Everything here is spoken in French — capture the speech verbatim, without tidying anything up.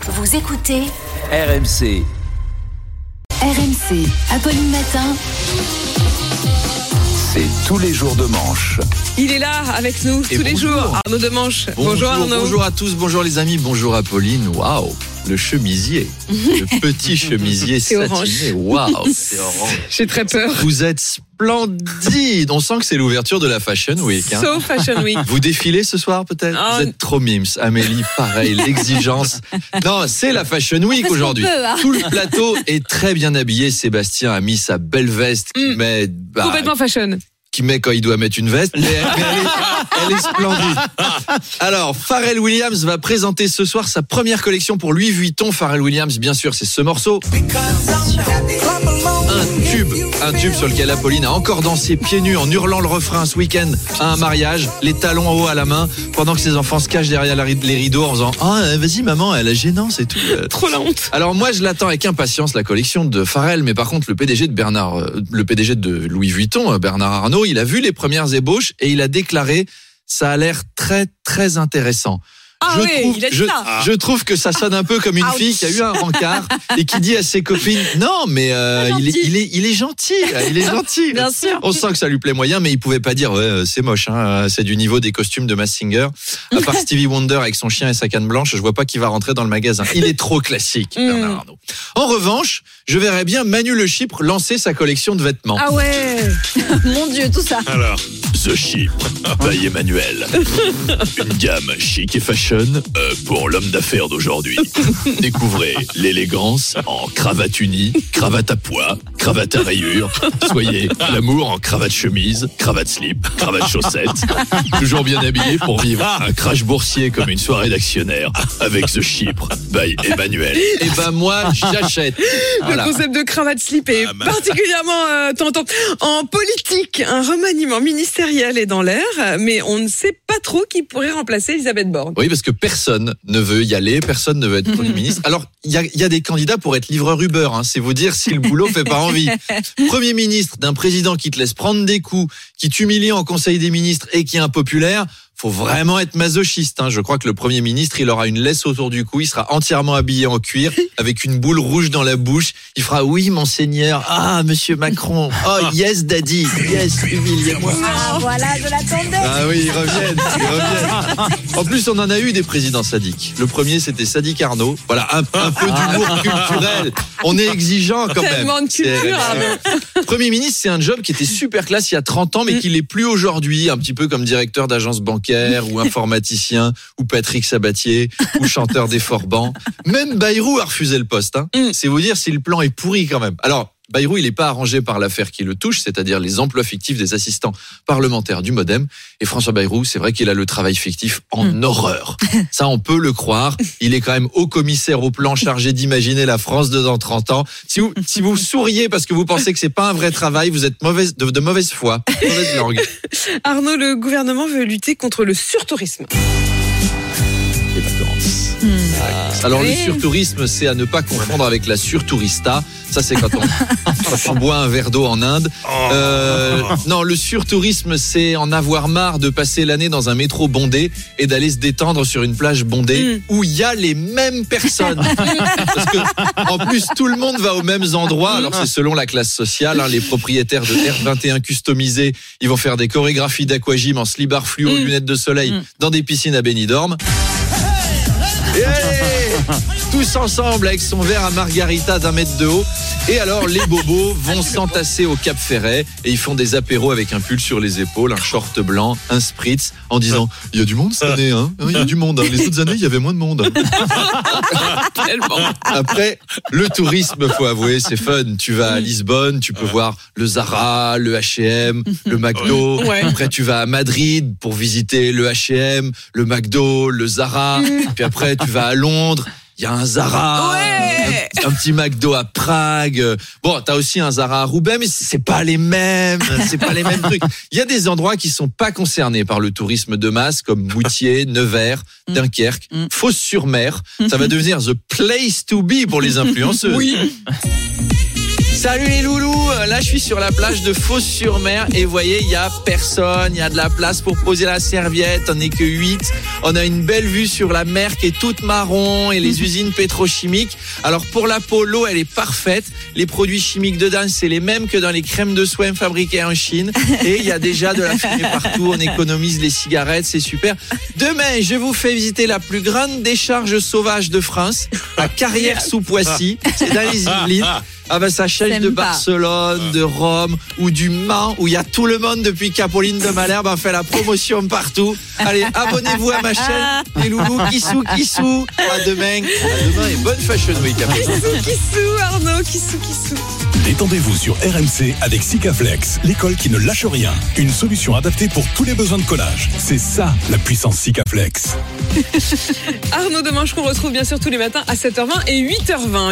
Vous écoutez R M C. R M C, Apolline Matin. C'est tous les jours de manche. Il est là avec nous Et tous les bonjour. jours, Arnaud de Manche. Bonjour, bonjour Arnaud. Bonjour à tous, bonjour les amis, bonjour Apolline. Waouh, le chemisier, le petit chemisier C'est satiné. Waouh, c'est orange. J'ai très peur. Vous êtes splendide. On sent que c'est l'ouverture de la Fashion Week. Hein. So Fashion Week. Vous défilez ce soir peut-être Oh. Vous êtes trop mimes. Amélie, pareil, l'exigence. Non, c'est la Fashion Week aujourd'hui. peut, hein. Tout le plateau est très bien habillé. Sébastien a mis sa belle veste qui Mm. met... bah, Complètement fashion. qui met quand il doit mettre une veste, mais, elle, mais elle, est, elle est splendide. Alors, Pharrell Williams va présenter ce soir sa première collection pour Louis Vuitton. Pharrell Williams, bien sûr, c'est ce morceau. Un tube, un tube sur lequel Apolline a encore dansé pieds nus en hurlant le refrain ce week-end à un mariage, les talons en haut à la main, pendant que ses enfants se cachent derrière la ri- les rideaux en faisant « Ah, vas-y maman, elle est gênante, c'est tout. » Trop la honte. Alors moi, je l'attends avec impatience, la collection de Pharrell, mais par contre, le P D G de Bernard, euh, le P D G de Louis Vuitton, euh, Bernard Arnault, il a vu les premières ébauches et il a déclaré « Ça a l'air très, très intéressant ». Ah je, oui, trouve, il a dit je, ça. je trouve que ça sonne un peu comme une Ouch. fille qui a eu un rencard et qui dit à ses copines non mais euh, il, est, il est il est gentil, il est gentil. Bien sûr. On sent que ça lui plaît moyen, mais il pouvait pas dire ouais c'est moche, hein, c'est du niveau des costumes de Mask Singer. À part Stevie Wonder avec son chien et sa canne blanche, je vois pas qui va rentrer dans le magasin. Il est trop classique, Mm. Bernard Arnault. En revanche, je verrais bien Manu Le Chypre lancer sa collection de vêtements. Ah ouais. Mon Dieu, tout ça. Alors, The Chypre, by Emmanuel. Une gamme chic et fashion euh, pour l'homme d'affaires d'aujourd'hui. Découvrez l'élégance en cravate unie, cravate à pois, cravate à rayures. Soyez l'amour en cravate chemise, cravate slip, cravate chaussette. Toujours bien habillé pour vivre un crash boursier comme une soirée d'actionnaires avec The Chypre, by Emmanuel. Et ben moi j'achète. Voilà. Le concept de cravate slip est Ah, bah. particulièrement euh, tentant. En politique, un remaniement ministériel est dans l'air, mais on ne sait pas trop qui pourrait remplacer Elisabeth Borne. Oui, parce que personne ne veut y aller, personne ne veut être Premier ministre. Alors, il y a, il y a des candidats pour être livreur Uber, hein, c'est vous dire si le boulot fait pas envie. Premier ministre d'un président qui te laisse prendre des coups, qui t'humilie en Conseil des ministres et qui est impopulaire, faut vraiment être masochiste. Hein. Je crois que le Premier ministre, il aura une laisse autour du cou, il sera entièrement habillé en cuir, avec une boule rouge dans la bouche. Il fera « Oui, monseigneur. Ah, monsieur Macron. Oh, yes, daddy. Yes, humiliez-moi. » Ah, voilà, je l'attendais. Ah oui, ils reviennent, ils reviennent. En plus, on en a eu des présidents sadiques. Le premier, c'était Sadique Arnaud. Voilà, un, un peu d'humour culturel. On est exigeant quand même. Tellement de culture, C'est- Arnaud. Premier ministre, c'est un job qui était super classe il y a trente ans, mais qui l'est plus aujourd'hui. Un petit peu comme directeur d'agence bancaire, ou informaticien, ou Patrick Sabatier, ou chanteur des Forbans. Même Bayrou a refusé le poste. Hein. Mm. C'est vous dire si le plan est pourri quand même. Alors, Bayrou, il n'est pas arrangé par l'affaire qui le touche, c'est-à-dire les emplois fictifs des assistants parlementaires du MoDem. Et François Bayrou, c'est vrai qu'il a le travail fictif en Mm. horreur. Ça, on peut le croire. Il est quand même haut commissaire au plan, chargé d'imaginer la France de dans trente ans. Si vous, si vous souriez parce que vous pensez que c'est pas un vrai travail, vous êtes mauvaise, de, de mauvaise foi, mauvaise langue. Arnaud, le gouvernement veut lutter contre le surtourisme. Les vacances. Alors Oui. le surtourisme, c'est à ne pas confondre avec la surtourista. Ça, c'est quand on, quand on boit un verre d'eau en Inde. Euh, non, le surtourisme, c'est en avoir marre de passer l'année dans un métro bondé et d'aller se détendre sur une plage bondée Mm. où il y a les mêmes personnes. Parce que, en plus, tout le monde va aux mêmes endroits. Alors, c'est selon la classe sociale. Hein, les propriétaires de R vingt et un customisés, ils vont faire des chorégraphies d'aquagym en slibard fluo, Mm. lunettes de soleil, Mm. dans des piscines à Benidorm. Et allez, tous ensemble avec son verre à margarita d'un mètre de haut. Et alors les bobos vont s'entasser au Cap Ferret et ils font des apéros avec un pull sur les épaules, un short blanc, un spritz, en disant il y a du monde cette année, hein. Il y a du monde. Hein. Les autres années il y avait moins de monde. Tellement. Après, le tourisme, faut avouer, c'est fun. Tu vas à Lisbonne, tu peux voir le Zara, le H et M, le McDo. Ouais. Après, tu vas à Madrid pour visiter le H et M, le McDo, le Zara. Puis après, tu vas à Londres. Il y a un Zara, Ouais. un, un petit McDo à Prague. Bon, t'as aussi un Zara à Roubaix, mais c'est pas les mêmes, c'est pas les mêmes trucs. Il y a des endroits qui sont pas concernés par le tourisme de masse, comme Moutier, Nevers, Dunkerque, Mm. Fos-sur-Mer. Ça va devenir the place to be pour les influenceuses. Oui. Salut les loulous, là je suis sur la plage de Fos-sur-Mer et vous voyez, il y a personne, il y a de la place pour poser la serviette, on n'est que huit. On a une belle vue sur la mer qui est toute marron et les usines pétrochimiques. Alors pour la peau, l'eau elle est parfaite. Les produits chimiques dedans, c'est les mêmes que dans les crèmes de soins fabriquées en Chine. Et il y a déjà de la fumée partout, on économise les cigarettes, c'est super. Demain, je vous fais visiter la plus grande décharge sauvage de France, à Carrières-sous-Poissy, c'est dans les Yvelines. Ah ben ça change de Barcelone, de Rome ou du Mans où il y a tout le monde depuis qu'Apolline de Malherbe a fait la promotion partout. Allez, abonnez-vous à ma chaîne, les loulous, kissou, kissou. À demain. À demain et bonne Fashion Week. Kissou, kissou, Arnaud, kissou, kissou. Détendez-vous sur R M C avec Sikaflex, l'école qui ne lâche rien. Une solution adaptée pour tous les besoins de collage. C'est ça, la puissance Sikaflex. Arnaud Demanche qu'on retrouve bien sûr tous les matins à sept heures vingt et huit heures vingt.